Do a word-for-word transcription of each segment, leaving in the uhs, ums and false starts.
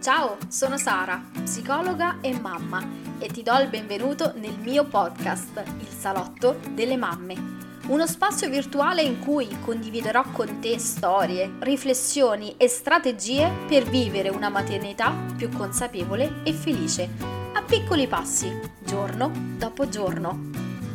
Ciao, sono Sara, psicologa e mamma e ti do il benvenuto nel mio podcast, Il Salotto delle Mamme. Uno spazio virtuale in cui condividerò con te storie, riflessioni e strategie per vivere una maternità più consapevole e felice, a piccoli passi, giorno dopo giorno.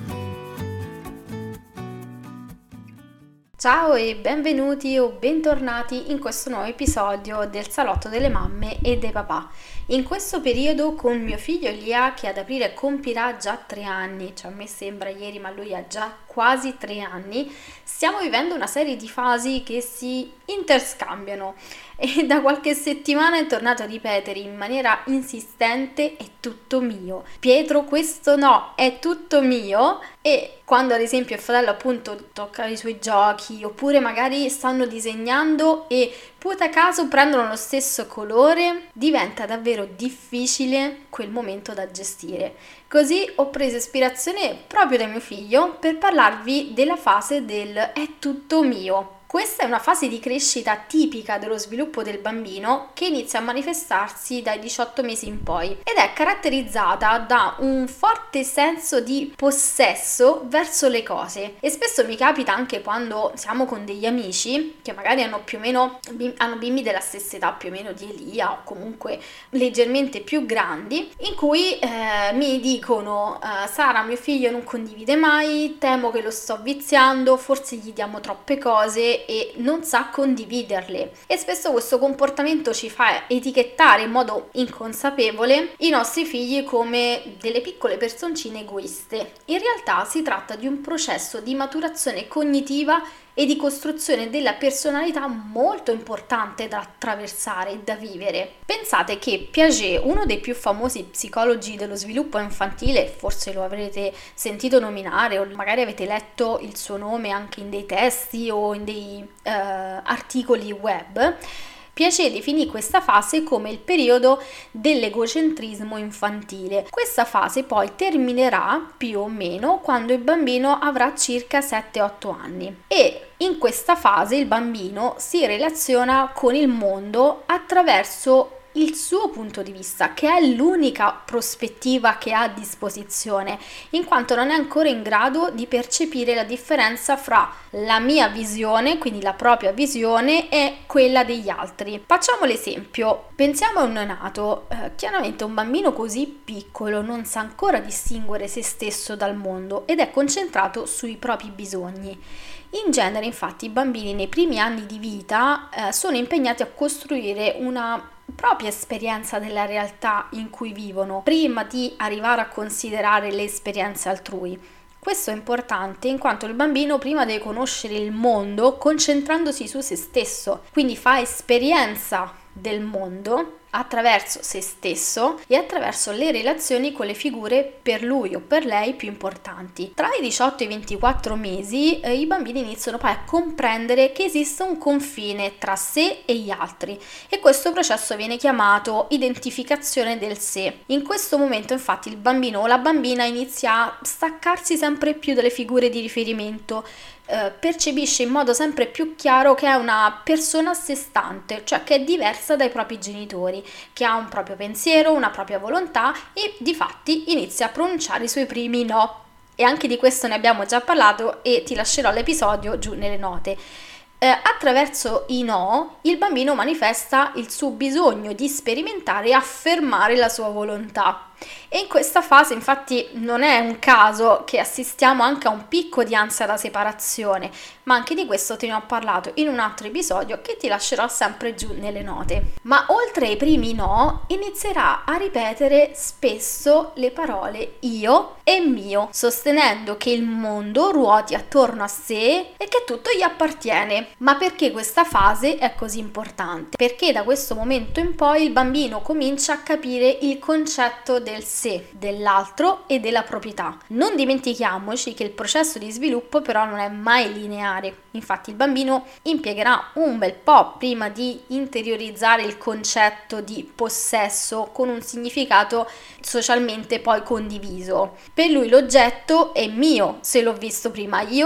Ciao e benvenuti o bentornati in questo nuovo episodio del Salotto delle Mamme e dei papà. In questo periodo con mio figlio Elia, che ad aprile compirà già tre anni, cioè a me sembra ieri ma lui ha già quasi tre anni, stiamo vivendo una serie di fasi che si interscambiano e da qualche settimana è tornato a ripetere in maniera insistente: è tutto mio. Pietro, questo no, è tutto mio. E quando ad esempio il fratello appunto tocca i suoi giochi oppure magari stanno disegnando e puta caso prendono lo stesso colore, diventa davvero difficile quel momento da gestire. Così ho preso ispirazione proprio da mio figlio per parlarvi della fase del è tutto mio. Questa è una fase di crescita tipica dello sviluppo del bambino che inizia a manifestarsi dai diciotto mesi in poi ed è caratterizzata da un forte senso di possesso verso le cose. E spesso mi capita anche quando siamo con degli amici che magari hanno più o meno hanno bimbi della stessa età più o meno di Elia o comunque leggermente più grandi, in cui eh, mi dicono eh, Sara, mio figlio non condivide mai, temo che lo sto viziando, forse gli diamo troppe cose e non sa condividerle, e spesso questo comportamento ci fa etichettare in modo inconsapevole i nostri figli come delle piccole personcine egoiste. In realtà si tratta di un processo di maturazione cognitiva e di costruzione della personalità molto importante da attraversare e da vivere. Pensate che Piaget, uno dei più famosi psicologi dello sviluppo infantile, forse lo avrete sentito nominare o magari avete letto il suo nome anche in dei testi o in dei eh, articoli web, Piaget definì questa fase come il periodo dell'egocentrismo infantile. Questa fase poi terminerà più o meno quando il bambino avrà circa sette otto anni e in questa fase il bambino si relaziona con il mondo attraverso il suo punto di vista, che è l'unica prospettiva che ha a disposizione, in quanto non è ancora in grado di percepire la differenza fra la mia visione, quindi la propria visione, e quella degli altri. Facciamo l'esempio, pensiamo a un neonato. Eh, chiaramente un bambino così piccolo non sa ancora distinguere se stesso dal mondo ed è concentrato sui propri bisogni. In genere, infatti, i bambini nei primi anni di vita eh, sono impegnati a costruire una propria esperienza della realtà in cui vivono, prima di arrivare a considerare le esperienze altrui. Questo è importante in quanto il bambino prima deve conoscere il mondo concentrandosi su se stesso, quindi fa esperienza del mondo attraverso se stesso e attraverso le relazioni con le figure per lui o per lei più importanti. Tra i diciotto e i ventiquattro mesi eh, i bambini iniziano poi a comprendere che esiste un confine tra sé e gli altri e questo processo viene chiamato identificazione del sé. In questo momento infatti il bambino o la bambina inizia a staccarsi sempre più dalle figure di riferimento, Uh, percepisce in modo sempre più chiaro che è una persona a sé stante, cioè che è diversa dai propri genitori, che ha un proprio pensiero, una propria volontà e difatti inizia a pronunciare i suoi primi no. E anche di questo ne abbiamo già parlato e ti lascerò l'episodio giù nelle note. Uh, attraverso i no il bambino manifesta il suo bisogno di sperimentare e affermare la sua volontà. E in questa fase infatti non è un caso che assistiamo anche a un picco di ansia da separazione, ma anche di questo te ne ho parlato in un altro episodio che ti lascerò sempre giù nelle note. Ma oltre ai primi no, inizierà a ripetere spesso le parole io e mio, sostenendo che il mondo ruoti attorno a sé e che tutto gli appartiene. Ma perché questa fase è così importante? Perché da questo momento in poi il bambino comincia a capire il concetto del del sé, dell'altro e della proprietà. Non dimentichiamoci che il processo di sviluppo però non è mai lineare. Infatti il bambino impiegherà un bel po' prima di interiorizzare il concetto di possesso con un significato socialmente poi condiviso. Per lui l'oggetto è mio se l'ho visto prima io,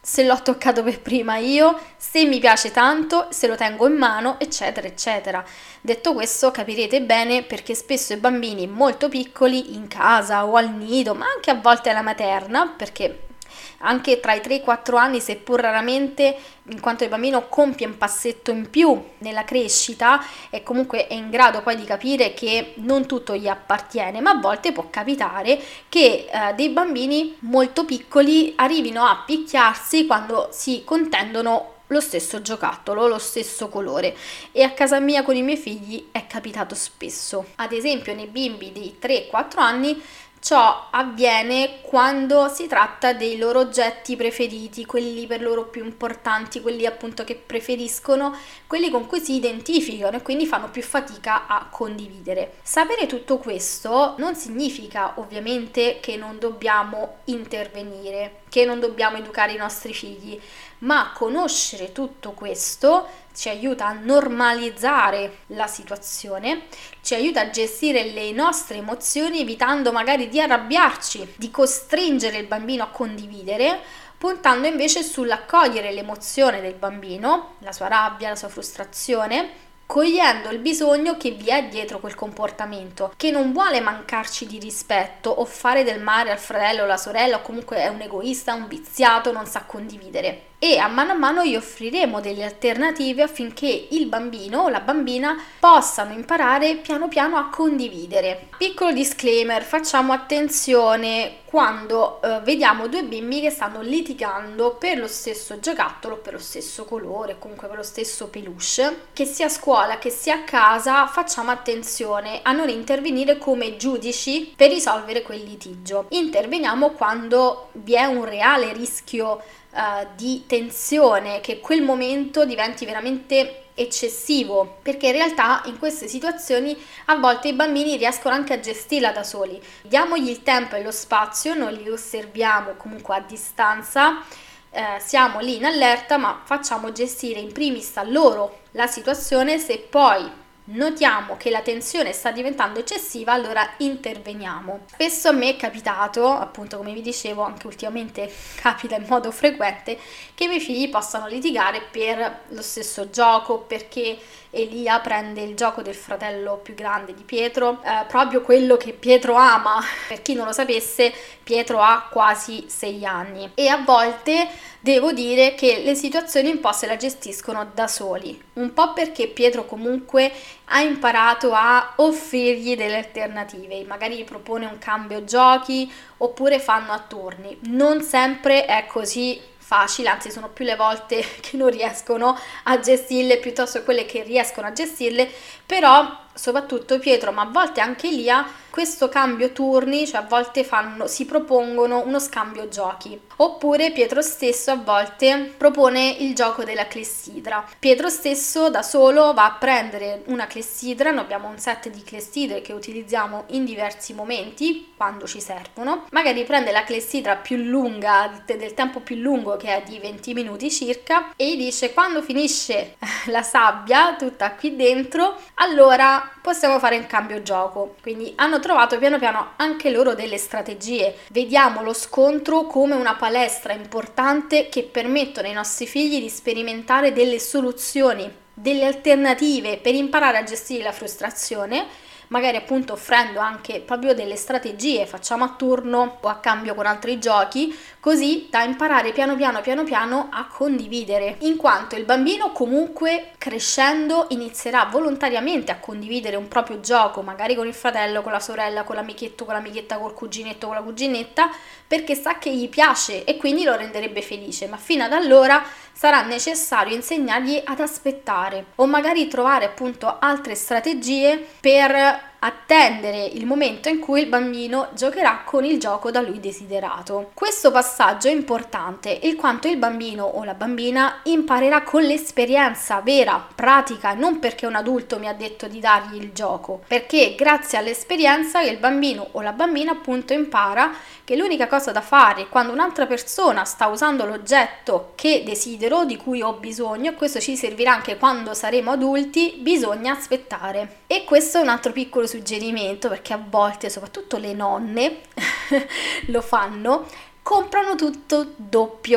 se l'ho toccato per prima io, se mi piace tanto, se lo tengo in mano, eccetera, eccetera. Detto questo, capirete bene perché spesso i bambini molto piccoli in casa o al nido, ma anche a volte alla materna, perché anche tra i tre e i quattro anni, seppur raramente, in quanto il bambino compie un passetto in più nella crescita e comunque è in grado poi di capire che non tutto gli appartiene, ma a volte può capitare che eh, dei bambini molto piccoli arrivino a picchiarsi quando si contendono lo stesso giocattolo, lo stesso colore, e a casa mia con i miei figli è capitato spesso. Ad esempio nei bimbi di tre quattro anni ciò avviene quando si tratta dei loro oggetti preferiti, quelli per loro più importanti, quelli appunto che preferiscono, quelli con cui si identificano e quindi fanno più fatica a condividere. Sapere tutto questo non significa ovviamente che non dobbiamo intervenire, che non dobbiamo educare i nostri figli, ma conoscere tutto questo ci aiuta a normalizzare la situazione, ci aiuta a gestire le nostre emozioni evitando magari di arrabbiarci, di costringere il bambino a condividere, puntando invece sull'accogliere l'emozione del bambino, la sua rabbia, la sua frustrazione, cogliendo il bisogno che vi è dietro quel comportamento, che non vuole mancarci di rispetto o fare del male al fratello o alla sorella o comunque è un egoista, un viziato, non sa condividere. E a mano a mano gli offriremo delle alternative affinché il bambino o la bambina possano imparare piano piano a condividere. Piccolo disclaimer, facciamo attenzione quando eh, vediamo due bimbi che stanno litigando per lo stesso giocattolo, per lo stesso colore, comunque per lo stesso peluche, che sia a scuola che sia a casa. Facciamo attenzione a non intervenire come giudici per risolvere quel litigio. Interveniamo quando vi è un reale rischio Uh, di tensione, che quel momento diventi veramente eccessivo, perché in realtà in queste situazioni a volte i bambini riescono anche a gestirla da soli. Diamogli il tempo e lo spazio, non li osserviamo comunque a distanza, eh, siamo lì in allerta, ma facciamo gestire in primis a loro la situazione. Se poi notiamo che la tensione sta diventando eccessiva, allora interveniamo. Spesso a me è capitato, appunto come vi dicevo, anche ultimamente capita in modo frequente, che i miei figli possano litigare per lo stesso gioco, perché Elia prende il gioco del fratello più grande di Pietro, eh, proprio quello che Pietro ama. Per chi non lo sapesse, Pietro ha quasi sei anni e a volte devo dire che le situazioni un po' se la gestiscono da soli, un po' perché Pietro comunque ha imparato a offrirgli delle alternative, magari gli propone un cambio giochi oppure fanno a turni. Non sempre è così facile, anzi sono più le volte che non riescono a gestirle piuttosto che quelle che riescono a gestirle, però soprattutto Pietro, ma a volte anche Elia, questo cambio turni, cioè a volte fanno, si propongono uno scambio giochi, oppure Pietro stesso a volte propone il gioco della clessidra. Pietro stesso da solo va a prendere una clessidra, noi abbiamo un set di clessidre che utilizziamo in diversi momenti quando ci servono, magari prende la clessidra più lunga, del tempo più lungo, che è di venti minuti circa, e gli dice: quando finisce la sabbia tutta qui dentro, allora possiamo fare un cambio gioco. Quindi hanno trovato piano piano anche loro delle strategie. Vediamo lo scontro come una palestra importante che permettono ai nostri figli di sperimentare delle soluzioni, delle alternative per imparare a gestire la frustrazione, magari appunto offrendo anche proprio delle strategie, facciamo a turno o a cambio con altri giochi, così da imparare piano piano piano piano a condividere, in quanto il bambino comunque crescendo inizierà volontariamente a condividere un proprio gioco, magari con il fratello, con la sorella, con l'amichetto, con l'amichetta, col cuginetto, con la cuginetta, perché sa che gli piace e quindi lo renderebbe felice, ma fino ad allora sarà necessario insegnargli ad aspettare o magari trovare appunto altre strategie per attendere il momento in cui il bambino giocherà con il gioco da lui desiderato. Questo passaggio è importante, in quanto il bambino o la bambina imparerà con l'esperienza vera, pratica, non perché un adulto mi ha detto di dargli il gioco, perché grazie all'esperienza che il bambino o la bambina appunto impara che l'unica cosa da fare quando un'altra persona sta usando l'oggetto che desidero, di cui ho bisogno, e questo ci servirà anche quando saremo adulti, bisogna aspettare. E questo è un altro piccolo suggerimento, perché a volte soprattutto le nonne lo fanno, comprano tutto doppio.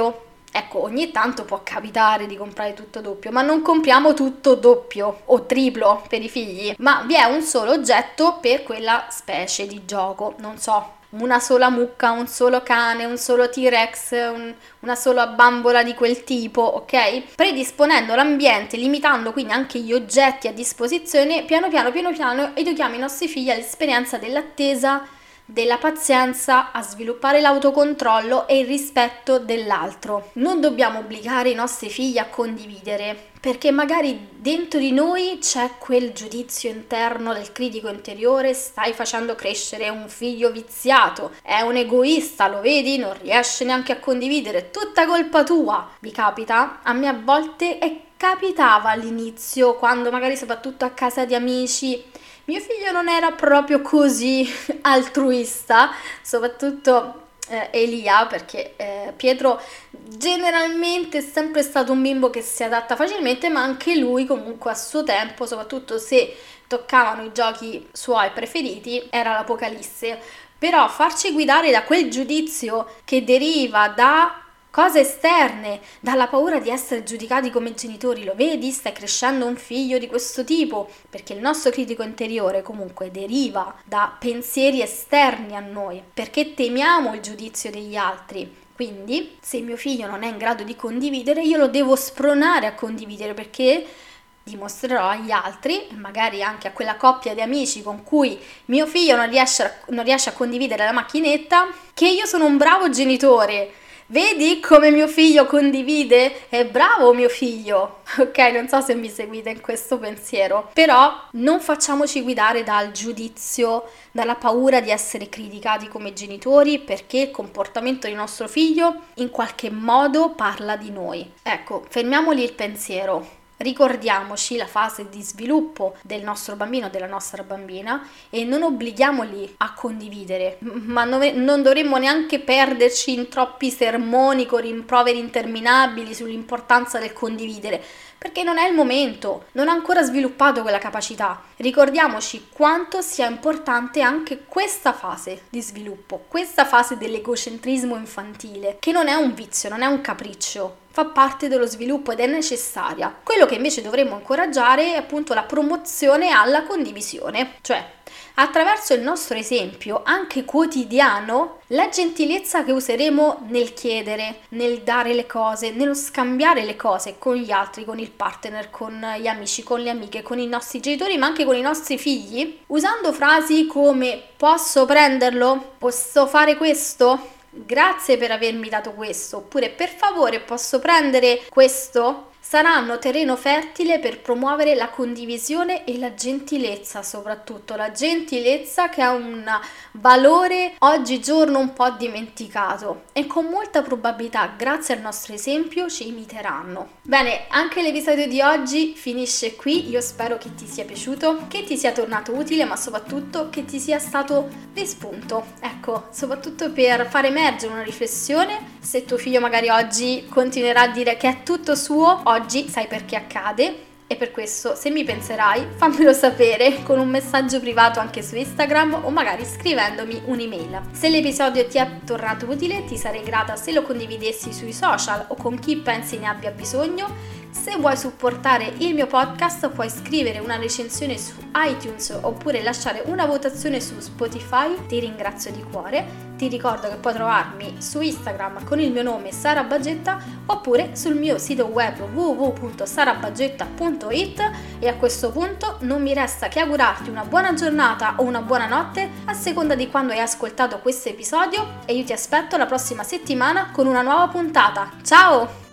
Ecco, ogni tanto può capitare di comprare tutto doppio, ma non compriamo tutto doppio o triplo per i figli, ma vi è un solo oggetto per quella specie di gioco, non so, una sola mucca, un solo cane, un solo T-Rex, un, una sola bambola di quel tipo, ok? Predisponendo l'ambiente, limitando quindi anche gli oggetti a disposizione, piano piano, piano piano educhiamo i nostri figli all'esperienza dell'attesa, della pazienza, a sviluppare l'autocontrollo e il rispetto dell'altro. Non dobbiamo obbligare i nostri figli a condividere, perché magari dentro di noi c'è quel giudizio interno del critico interiore: stai facendo crescere un figlio viziato, è un egoista, lo vedi? Non riesce neanche a condividere, tutta colpa tua. Vi capita? A me a volte è capitava all'inizio, quando magari soprattutto a casa di amici mio figlio non era proprio così altruista, soprattutto eh, Elia, perché eh, Pietro generalmente è sempre stato un bimbo che si adatta facilmente, ma anche lui comunque a suo tempo, soprattutto se toccavano i giochi suoi preferiti, era l'Apocalisse. Però farci guidare da quel giudizio che deriva da cose esterne, dalla paura di essere giudicati come genitori, lo vedi? Stai crescendo un figlio di questo tipo, perché il nostro critico interiore comunque deriva da pensieri esterni a noi, perché temiamo il giudizio degli altri. Quindi, se mio figlio non è in grado di condividere, io lo devo spronare a condividere, perché dimostrerò agli altri, magari anche a quella coppia di amici con cui mio figlio non riesce a, non riesce a condividere la macchinetta, che io sono un bravo genitore. Vedi come mio figlio condivide? È bravo mio figlio, ok? Non so se mi seguite in questo pensiero, però non facciamoci guidare dal giudizio, dalla paura di essere criticati come genitori, perché il comportamento di nostro figlio in qualche modo parla di noi. Ecco, fermiamoli il pensiero. Ricordiamoci la fase di sviluppo del nostro bambino o della nostra bambina e non obblighiamoli a condividere, ma non dovremmo neanche perderci in troppi sermoni con rimproveri interminabili sull'importanza del condividere, perché non è il momento, non ha ancora sviluppato quella capacità. Ricordiamoci quanto sia importante anche questa fase di sviluppo, questa fase dell'egocentrismo infantile, che non è un vizio, non è un capriccio, fa parte dello sviluppo ed è necessaria. Quello che invece dovremmo incoraggiare è appunto la promozione alla condivisione, cioè attraverso il nostro esempio anche quotidiano, la gentilezza che useremo nel chiedere, nel dare le cose, nello scambiare le cose con gli altri, con il partner, con gli amici, con le amiche, con i nostri genitori, ma anche con i nostri figli, usando frasi come posso prenderlo? Posso fare questo? Grazie per avermi dato questo, oppure per favore posso prendere questo? Saranno terreno fertile per promuovere la condivisione e la gentilezza, soprattutto la gentilezza, che ha un valore oggigiorno un po' dimenticato e con molta probabilità grazie al nostro esempio ci imiteranno. Bene, anche l'episodio di oggi finisce qui. Io spero che ti sia piaciuto, che ti sia tornato utile, ma soprattutto che ti sia stato di spunto, ecco, soprattutto per far emergere una riflessione. Se tuo figlio magari oggi continuerà a dire che è tutto suo, oggi sai perché accade, e per questo, se mi penserai, fammelo sapere con un messaggio privato anche su Instagram o magari scrivendomi un'email. Se l'episodio ti è tornato utile, ti sarei grata se lo condividessi sui social o con chi pensi ne abbia bisogno. Se vuoi supportare il mio podcast, puoi scrivere una recensione su iTunes oppure lasciare una votazione su Spotify. Ti ringrazio di cuore. Ti ricordo che puoi trovarmi su Instagram con il mio nome Sara Baggetta oppure sul mio sito web w w w punto sarabaggetta punto i t, e a questo punto non mi resta che augurarti una buona giornata o una buona notte a seconda di quando hai ascoltato questo episodio, e io ti aspetto la prossima settimana con una nuova puntata. Ciao!